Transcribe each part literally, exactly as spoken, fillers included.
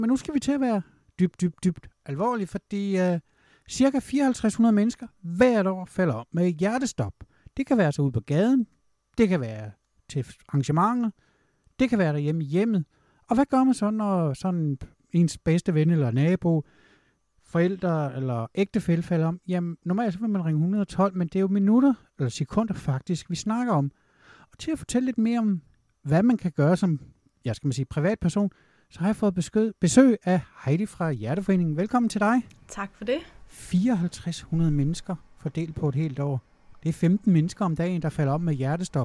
Men nu skal vi til at være dybt, dybt, dybt alvorlige, fordi uh, cirka fireoghalvtreds hundrede mennesker hvert år falder om med hjertestop. Det kan være så ude på gaden, det kan være til arrangementer, det kan være derhjemme i hjemmet. Og hvad gør man så, når sådan ens bedste ven eller nabo, forældre eller ægtefælle falder om? Jamen, normalt så vil man ringe et et to, men det er jo minutter eller sekunder faktisk, vi snakker om. Og til at fortælle lidt mere om, hvad man kan gøre som, jeg skal man sige, privatperson, så har jeg fået besøg, besøg af Heidi fra Hjerteforeningen. Velkommen til dig. Tak for det. fireoghalvtreds hundrede mennesker fordelt på et helt år. Det er femten mennesker om dagen, der falder om med hjertestop.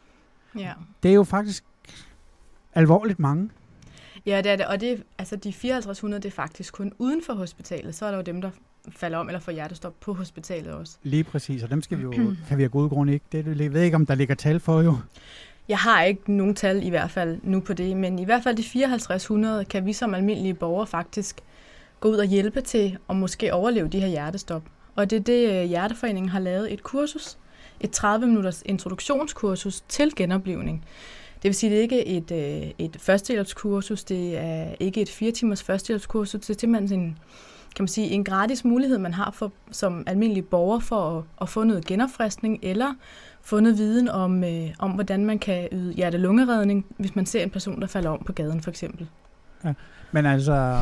Ja. Det er jo faktisk alvorligt mange. Ja, det er det. Og det, altså de fireoghalvtreds hundrede, det er faktisk kun uden for hospitalet. Så er der jo dem, der falder om eller får hjertestop på hospitalet også. Lige præcis, og dem skal vi jo, kan vi af gode grunde ikke. Det, jeg ved ikke, om der ligger tal for jo. Jeg har ikke nogen tal i hvert fald nu på det, men i hvert fald de fireoghalvtreds hundrede kan vi som almindelige borgere faktisk gå ud og hjælpe til at måske overleve de her hjertestop. Og det er det, Hjerteforeningen har lavet et kursus, et tredive minutters introduktionskursus til genoplivning. Det vil sige, det er ikke et, et førstehjælpskursus, det er ikke et fire timers førstehjælpskursus, det er simpelthen en, kan man sige, en gratis mulighed, man har for, som almindelig borger for at, at få noget genopfriskning eller få noget viden om, øh, om, hvordan man kan yde hjerte-lungeredning, hvis man ser en person, der falder om på gaden for eksempel. Ja, men altså,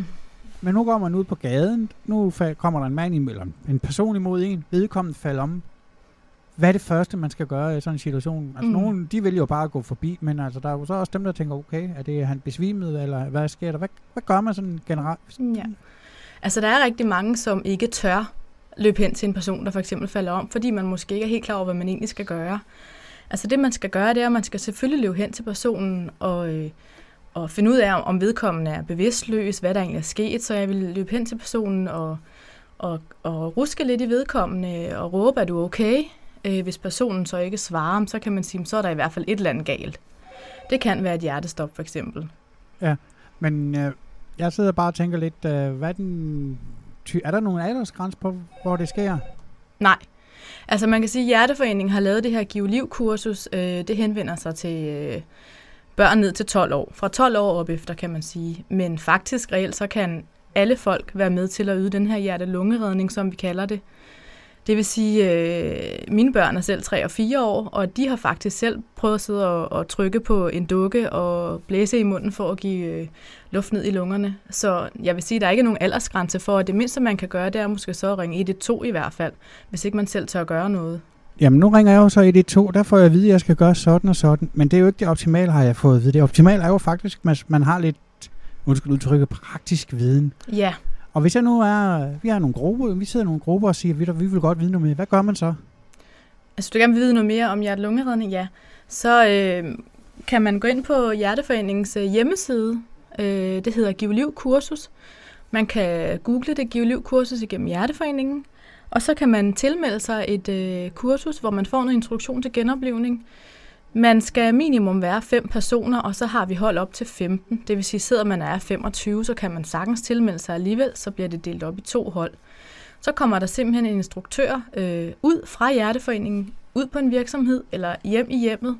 men nu går man ud på gaden, nu kommer der en mand imod, eller en person imod en, vedkommende falder om. Hvad er det første, man skal gøre i sådan en situation? Altså, mm. nogen, de vil jo bare gå forbi, men altså, der er jo så også dem, der tænker, okay, er det han besvimet, eller hvad sker der? Hvad, hvad gør man sådan generelt? Ja. Altså, der er rigtig mange, som ikke tør løbe hen til en person, der for eksempel falder om, fordi man måske ikke er helt klar over, hvad man egentlig skal gøre. Altså, det man skal gøre, det er, at man skal selvfølgelig løbe hen til personen og, øh, og finde ud af, om vedkommende er bevidstløs, hvad der egentlig er sket. Så jeg vil løbe hen til personen og, og, og ruske lidt i vedkommende og råbe, er du okay? Øh, hvis personen så ikke svarer, så kan man sige, så er der i hvert fald et eller andet galt. Det kan være et hjertestop, for eksempel. Ja, men øh, jeg sidder bare og tænker lidt, øh, hvad den, ty- er der nogen aldersgrænse på, hvor det sker? Nej. Altså man kan sige, at Hjerteforeningen har lavet det her Giv Liv-kursus. Øh, det henvender sig til øh, børn ned til tolv år. Fra tolv år op efter, kan man sige. Men faktisk reelt, så kan alle folk være med til at yde den her hjerte-lungeredning, som vi kalder det. Det vil sige, at øh, mine børn er selv tre og fire år, og de har faktisk selv prøvet at sidde og, og trykke på en dukke og blæse i munden for at give øh, luft ned i lungerne. Så jeg vil sige, at der er ikke nogen aldersgrænse for, at det mindste, man kan gøre, det er måske så at ringe et et to i hvert fald, hvis ikke man selv tør gøre noget. Jamen, nu ringer jeg jo så et et to, der får jeg at vide, at jeg skal gøre sådan og sådan, men det er jo ikke det optimale, har jeg fået at vide. Det optimale er jo faktisk, at man har lidt, undskyld udtrykket, praktisk viden. Ja. Og hvis jeg nu er, vi har nogle grupper, vi sidder i nogle grupper og siger, vi, vi vil godt vide noget mere. Hvad gør man så? Altså, du gerne vil vide noget mere om hjerte-lungeredning, ja. Så øh, kan man gå ind på Hjerteforeningens øh, hjemmeside. Øh, det hedder Giv Liv Kursus. Man kan google det, Giv Liv Kursus igennem Hjerteforeningen. Og så kan man tilmelde sig et øh, kursus, hvor man får en introduktion til genoplivning. Man skal minimum være fem personer, og så har vi hold op til femten. Det vil sige, sidder man er femogtyve, så kan man sagtens tilmelde sig alligevel, så bliver det delt op i to hold. Så kommer der simpelthen en instruktør øh, ud fra Hjerteforeningen, ud på en virksomhed eller hjem i hjemmet,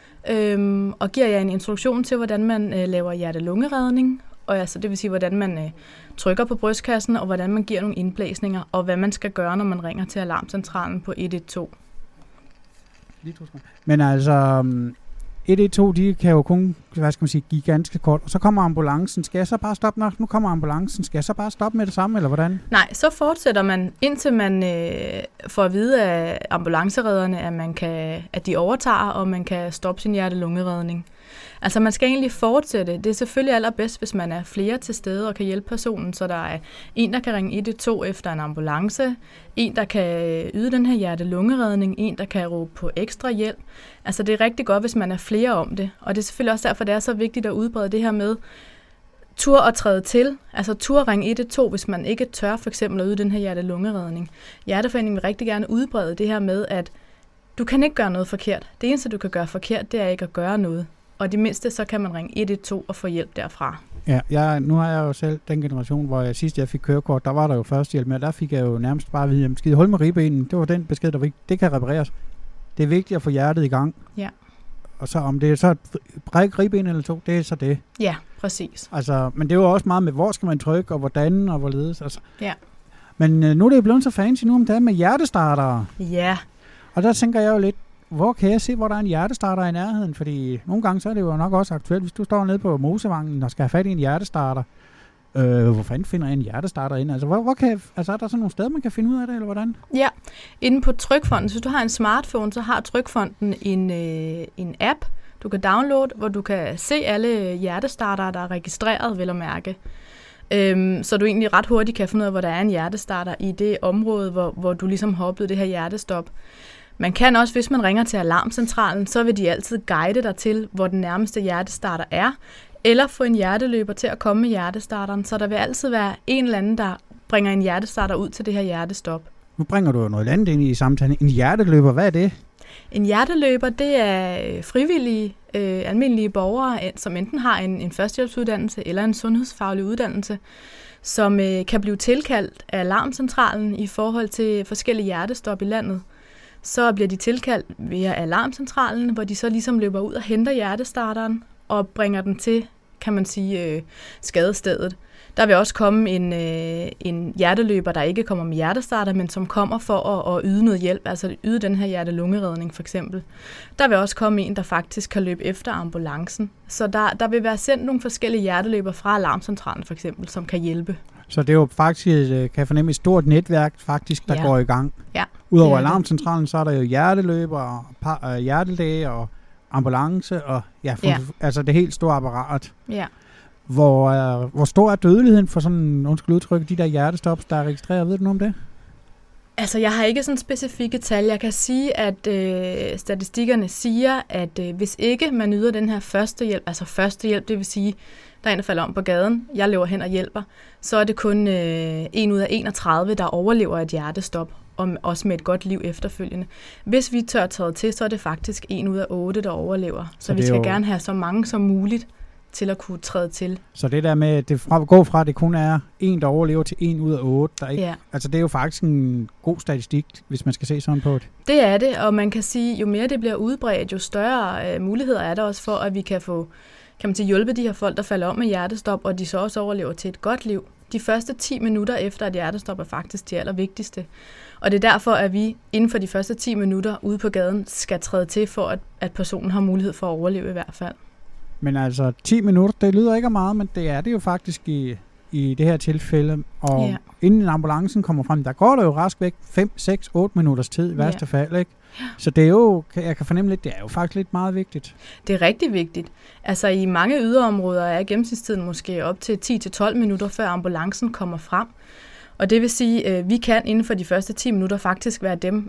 øh, og giver jer en introduktion til, hvordan man øh, laver hjerte-lungeredning, og altså, det vil sige, hvordan man øh, trykker på brystkassen, og hvordan man giver nogle indblæsninger, og hvad man skal gøre, når man ringer til alarmcentralen på et et to. Men altså, et et to, de kan jo kun, hvad skal man sige, give ganske kort, og så kommer ambulancen. Skal jeg så bare stoppe, når nu kommer ambulancen? Skal jeg så bare stoppe med det samme, eller hvordan? Nej, så fortsætter man, indtil man øh, får at vide af ambulanceredderne, at, man kan, at de overtager, og man kan stoppe sin hjerte-lungeredning. Altså man skal egentlig fortsætte. Det er selvfølgelig allerbedst, hvis man er flere til stede og kan hjælpe personen, så der er en, der kan ringe et et to efter en ambulance, en, der kan yde den her hjerte-lungeredning, en, der kan råbe på ekstra hjælp. Altså det er rigtig godt, hvis man er flere om det, og det er selvfølgelig også derfor, det er så vigtigt at udbrede det her med tur og træde til. Altså tur og ringe et et to, hvis man ikke tør for eksempel at yde den her hjerte-lungeredning. Hjerteforeningen vil rigtig gerne udbrede det her med, at du kan ikke gøre noget forkert. Det eneste, du kan gøre forkert, det er ikke at gøre noget. Og det mindste, så kan man ringe et et to og få hjælp derfra. Ja, jeg, nu har jeg jo selv den generation, hvor jeg sidst jeg fik kørekort, der var der jo førstehjælp med, og der fik jeg jo nærmest bare at vide, at skide hold med ribbenen, det var den besked, der var, det kan repareres. Det er vigtigt at få hjertet i gang. Ja. og så om det er så et bræk ribben eller to, det er så det. Ja, præcis. Altså, men det er jo også meget med, hvor skal man trykke, og hvordan, og hvorledes. Altså. Ja. Men øh, nu er det jo blevet så fancy nu om dagen med hjertestartere. Ja. Og der tænker jeg jo lidt, hvor kan jeg se, hvor der er en hjertestarter i nærheden? Fordi nogle gange så er det jo nok også aktuelt, hvis du står nede på Mosevangen og skal have fat i en hjertestarter. Øh, hvor fanden finder jeg en hjertestarter ind? Altså, hvor, hvor kan jeg, altså, er der sådan nogle steder, man kan finde ud af det, eller hvordan? Ja, inde på Trykfonden, hvis du har en smartphone, så har Trykfonden en, øh, en app, du kan downloade, hvor du kan se alle hjertestartere, der er registreret, vel at mærke. Øhm, så du egentlig ret hurtigt kan finde ud af, hvor der er en hjertestarter i det område, hvor, hvor du ligesom har oplevet det her hjertestop. Man kan også, hvis man ringer til alarmcentralen, så vil de altid guide dig til, hvor den nærmeste hjertestarter er, eller få en hjerteløber til at komme med hjertestarteren, så der vil altid være en eller anden, der bringer en hjertestarter ud til det her hjertestop. Nu bringer du jo noget andet ind i samtalen. En hjerteløber, hvad er det? En hjerteløber, det er frivillige, øh, almindelige borgere, som enten har en, en førstehjælpsuddannelse eller en sundhedsfaglig uddannelse, som øh, kan blive tilkaldt af alarmcentralen i forhold til forskellige hjertestop i landet. Så bliver de tilkaldt via alarmcentralen, hvor de så ligesom løber ud og henter hjertestarteren og bringer den til, kan man sige, øh, skadestedet. Der vil også komme en, øh, en hjerteløber, der ikke kommer med hjertestarter, men som kommer for at, at yde noget hjælp, altså yde den her hjerte-lungeredning for eksempel. Der vil også komme en, der faktisk kan løbe efter ambulancen. Så der, der vil være sendt nogle forskellige hjerteløber fra alarmcentralen for eksempel, som kan hjælpe. Så det er jo faktisk, kan jeg fornemme, et stort netværk faktisk, der ja. går i gang. Ja. Udover alarmcentralen, så er der jo hjerteløber, par, hjertelæge og ambulance, og ja, for, ja. altså det helt store apparat. Ja. Hvor, øh, hvor stor er dødeligheden for sådan, undskyld udtryk, de der hjertestops, der er registreret? Ved du noget om det? Altså, jeg har ikke sådan specifikke tal. Jeg kan sige, at øh, statistikkerne siger, at øh, hvis ikke man yder den her førstehjælp, altså førstehjælp, det vil sige, der er en, der falder om på gaden, jeg løber hen og hjælper, så er det kun øh, en ud af enogtredive, der overlever et hjertestop, og også med et godt liv efterfølgende. Hvis vi tør træde til, så er det faktisk en ud af otte, der overlever. Så, så vi skal jo gerne have så mange som muligt til at kunne træde til. Så det der med, at det fra, går fra, at det kun er en, der overlever, til en ud af otte, der ikke, ja. Altså det er jo faktisk en god statistik, hvis man skal se sådan på det. Det er det, og man kan sige, jo mere det bliver udbredt, jo større øh, muligheder er der også for, at vi kan få, kan man sige, hjælpe de her folk, der falder om med hjertestop, og de så også overlever til et godt liv. De første ti minutter efter et hjertestop er faktisk de allervigtigste. Og det er derfor, at vi inden for de første ti minutter ude på gaden skal træde til, for at, at personen har mulighed for at overleve i hvert fald. Men altså ti minutter, det lyder ikke meget, men det er det jo faktisk i, i det her tilfælde. Og ja. Inden ambulancen kommer frem, der går der jo rask væk fem, seks, otte minutters tid i værste ja. fald, ikke? Så det er jo, jeg kan fornemme lidt, det er jo faktisk lidt meget vigtigt. Det er rigtig vigtigt. Altså i mange yderområder er gennemsnitstiden måske op til ti til tolv minutter, før ambulancen kommer frem. Og det vil sige, at vi kan inden for de første ti minutter faktisk være dem,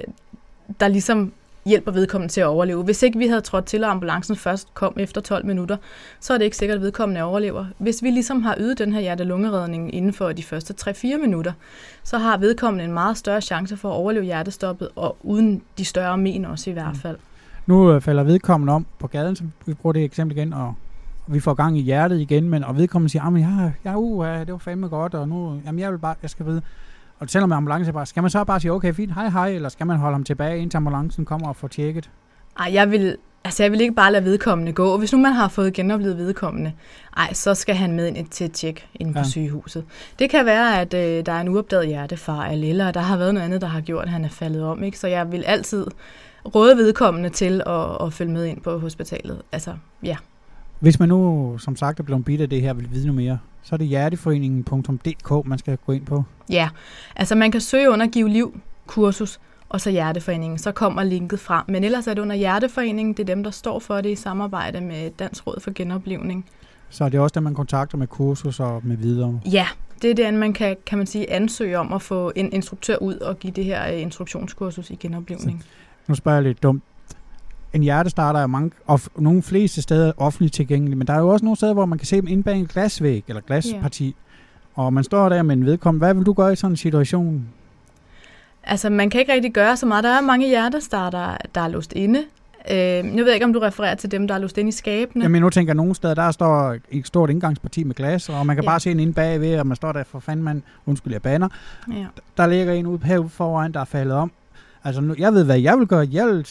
der ligesom hjælper vedkommende til at overleve. Hvis ikke vi havde trådt til, og ambulancen først kom efter tolv minutter, så er det ikke sikkert, at vedkommende overlever. Hvis vi ligesom har ydet den her hjerte-lungeredning inden for de første tre til fire minutter, så har vedkommende en meget større chance for at overleve hjertestoppet, og uden de større men også i hvert fald. Nu falder vedkommende om på gaden, så vi bruger det eksempel igen, og vi får gang i hjertet igen, men og vedkommende siger, at ja, ja, uh, det var fandme godt, og nu, jamen jeg vil bare, jeg skal vide. Og selvom med ambulance bare, skal man så bare sige, okay, fint, hej, hej, eller skal man holde ham tilbage, indtil ambulancen kommer og får tjekket? Ej, jeg vil, altså jeg vil ikke bare lade vedkommende gå. Hvis nu man har fået genoplevet vedkommende, ej, så skal han med ind til et tjek inde på ja. sygehuset. Det kan være, at øh, der er en uopdaget hjertefejl, eller der har været noget andet, der har gjort, at han er faldet om, ikke? Så jeg vil altid råde vedkommende til at, at følge med ind på hospitalet. Altså, ja. Hvis man nu, som sagt, er blevet bidt af det her, vil vide noget mere, så er det hjerteforeningen punktum d k, man skal gå ind på. Ja, altså man kan søge under Giv Liv kursus, og så Hjerteforeningen, så kommer linket frem. Men ellers er det under Hjerteforeningen, det er dem, der står for det i samarbejde med Dansk Råd for Genoplivning. Så det er også dem, man kontakter med kursus og med videre? Ja, det er det, man kan, kan man sige, ansøge om at få en instruktør ud og give det her instruktionskursus i genoplivning. Så, nu spørger jeg lidt dumt. En hjertestarter er mange, of, nogle fleste steder offentligt tilgængelig, men der er jo også nogle steder, hvor man kan se dem inde bag en glasvæg eller glasparti, yeah. og man står der med en vedkommende. Hvad vil du gøre i sådan en situation? Altså, man kan ikke rigtig gøre så meget. Der er mange hjertestarter, der er låst inde. Øh, jeg ved ikke, om du refererer til dem, der er låst inde i skabene. Jamen, nu tænker jeg, nogle steder, der står et stort indgangsparti med glas, og man kan ja. bare se en inde bagved, og man står der for fanden, man, undskyld, jeg baner. Ja. Der ligger en ude herude foran, der er faldet om. Altså, nu, jeg ved, hvad jeg vil gøre. Jeg vil sige,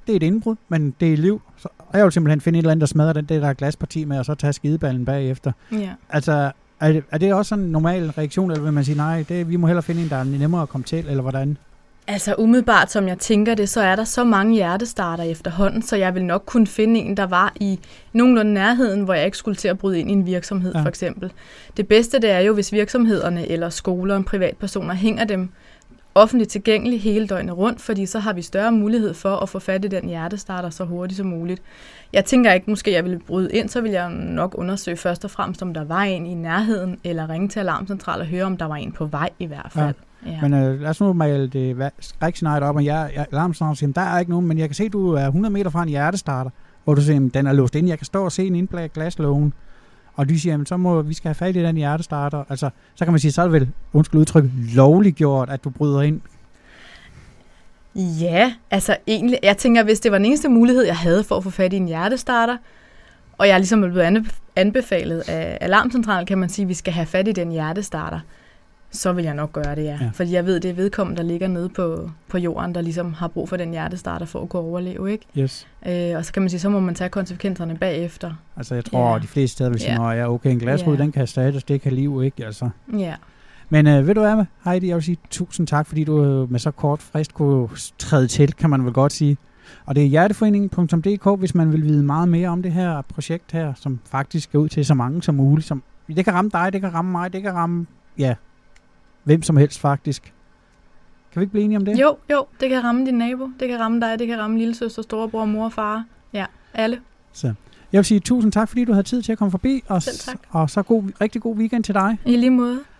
det er et indbrud, men det er liv. Så, og jeg vil simpelthen finde et eller andet, der smadrer den det der glasparti med, og så tage skideballen bagefter. Ja. Altså, er det, er det også sådan en normal reaktion, eller vil man sige, nej, det, vi må hellere finde en, der er nemmere at komme til, eller hvordan? Altså umiddelbart, som jeg tænker det, så er der så mange hjertestarter efterhånden, så jeg vil nok kunne finde en, der var i nogenlunde nærheden, hvor jeg ikke skulle til at bryde ind i en virksomhed, ja. For eksempel. Det bedste, det er jo, hvis virksomhederne eller skoler og privatpersoner hænger dem offentligt tilgængeligt hele døgnet rundt, fordi så har vi større mulighed for at få fat i den hjertestarter så hurtigt som muligt. Jeg tænker ikke, måske jeg ville bryde ind, så vil jeg nok undersøge først og fremmest, om der var en i nærheden, eller ringe til alarmcentral og høre, om der var en på vej i hvert fald. Ja. Ja. Men øh, lad os nu male det skrækscenariet op, og jeg, jeg alarmcentralen siger, der er ikke nogen, men jeg kan se, at du er hundrede meter fra en hjertestarter, hvor du siger, den er låst ind, jeg kan stå og se den inde bag glaslågen. Og de siger, så må vi skal have fat i den hjertestarter. Altså, så kan man sige, så er det vel, undskyld udtryk, lovligt gjort, at du bryder ind. Ja, altså egentlig, jeg tænker, hvis det var den eneste mulighed, jeg havde for at få fat i en hjertestarter, og jeg ligesom er blevet anbefalet af alarmcentralen, kan man sige, at vi skal have fat i den hjertestarter, så vil jeg nok gøre det, ja. ja. Fordi jeg ved, det er vedkommende, der ligger nede på, på jorden, der ligesom har brug for den hjertestarter for at kunne overleve, ikke? Yes. Øh, og så kan man sige, så må man tage konsekvenserne bagefter. Altså, jeg tror, ja. de fleste steder vil sige, ja. ja, okay, en glasrude, ja. den kan erstattes, det kan liv, ikke? Altså. Ja. Men øh, ved du hvad, Heidi, jeg vil sige tusind tak, fordi du med så kort frist kunne træde til, kan man vel godt sige. Og det er hjerteforeningen punktum d k, hvis man vil vide meget mere om det her projekt her, som faktisk skal ud til så mange som muligt. Som, det kan ramme dig, det kan ramme mig, det kan ramme, ja, hvem som helst faktisk. Kan vi ikke blive enige om det? Jo, jo, det kan ramme din nabo, det kan ramme dig, det kan ramme lillesøster, storebror, mor og far. Ja, alle. Så jeg vil sige tusind tak, fordi du havde tid til at komme forbi, og, Selv tak. og så god, rigtig god weekend til dig. I lige måde.